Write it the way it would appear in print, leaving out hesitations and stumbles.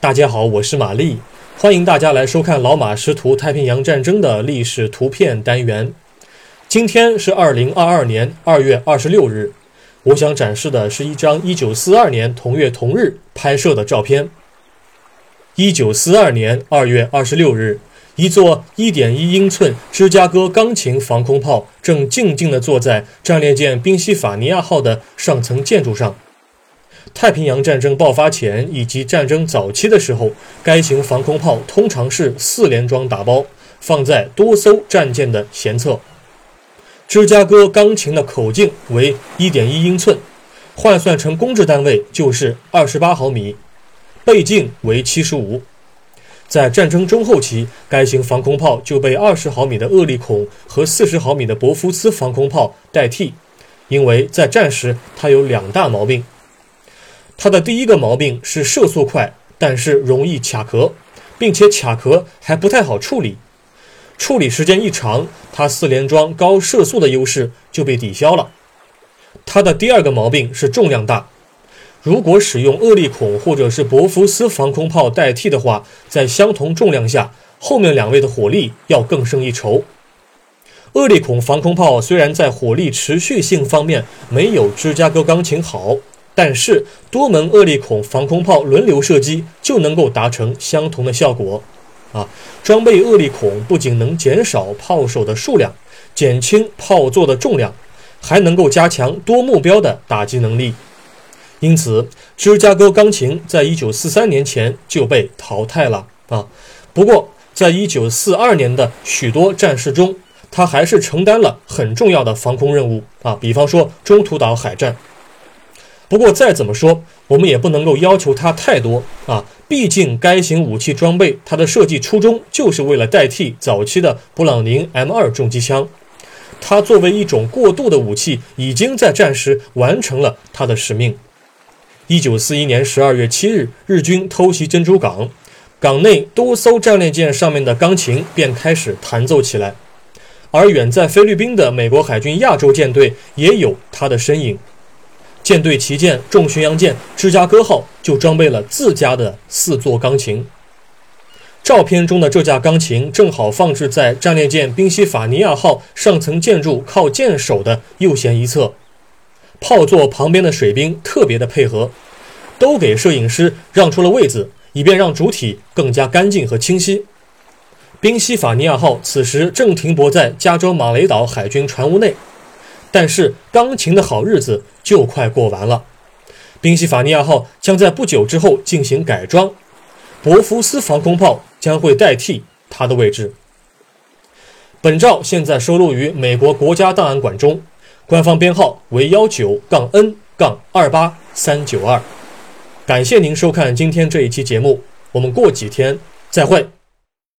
大家好，我是玛丽，欢迎大家来收看老马识图太平洋战争的历史图片单元。今天是2022年2月26日，我想展示的是一张1942年同月同日拍摄的照片。1942年2月26日，一座1.1英寸芝加哥钢琴防空炮正静静地坐在战列舰宾夕法尼亚号的上层建筑上。太平洋战争爆发前以及战争早期的时候，该型防空炮通常是4连装打包，放在多艘战舰的舷侧。芝加哥钢琴的口径为 1.1 英寸，换算成公制单位就是28毫米，倍径为75。在战争中后期，该型防空炮就被20毫米的厄利孔和40毫米的博福斯防空炮代替，因为在战时它有2大毛病。它的第一个毛病是射速快，但是容易卡壳，并且卡壳还不太好处理。处理时间一长，它4连装高射速的优势就被抵消了。它的第二个毛病是重量大。如果使用厄利孔或者是博福斯防空炮代替的话，在相同重量下，后面2位的火力要更胜一筹。厄利孔防空炮虽然在火力持续性方面没有芝加哥钢琴好，但是多门厄利孔防空炮轮流射击就能够达成相同的效果。装备厄利孔不仅能减少炮手的数量，减轻炮座的重量，还能够加强多目标的打击能力。因此，芝加哥钢琴在1943年前就被淘汰了。不过，在1942年的许多战事中，它还是承担了很重要的防空任务。比方说中途岛海战。不过再怎么说，我们也不能够要求它太多毕竟该型武器装备它的设计初衷就是为了代替早期的布朗宁 M2 重机枪。它作为一种过渡的武器，已经在战时完成了它的使命。1941年12月7日，日军偷袭珍珠港，港内多艘战列舰上面的钢琴便开始弹奏起来，而远在菲律宾的美国海军亚洲舰队也有它的身影。舰队旗舰重巡洋舰芝加哥号就装备了自家的4座钢琴。照片中的这架钢琴正好放置在战列舰宾夕法尼亚号上层建筑靠舰首的右舷一侧。炮座旁边的水兵特别的配合，都给摄影师让出了位子，以便让主体更加干净和清晰。宾夕法尼亚号此时正停泊在加州马雷岛海军船坞内，但是钢琴的好日子就快过完了。宾夕法尼亚号将在不久之后进行改装，博福斯防空炮将会代替它的位置。本照现在收录于美国国家档案馆中，官方编号为19-N-28392。感谢您收看今天这一期节目，我们过几天再会。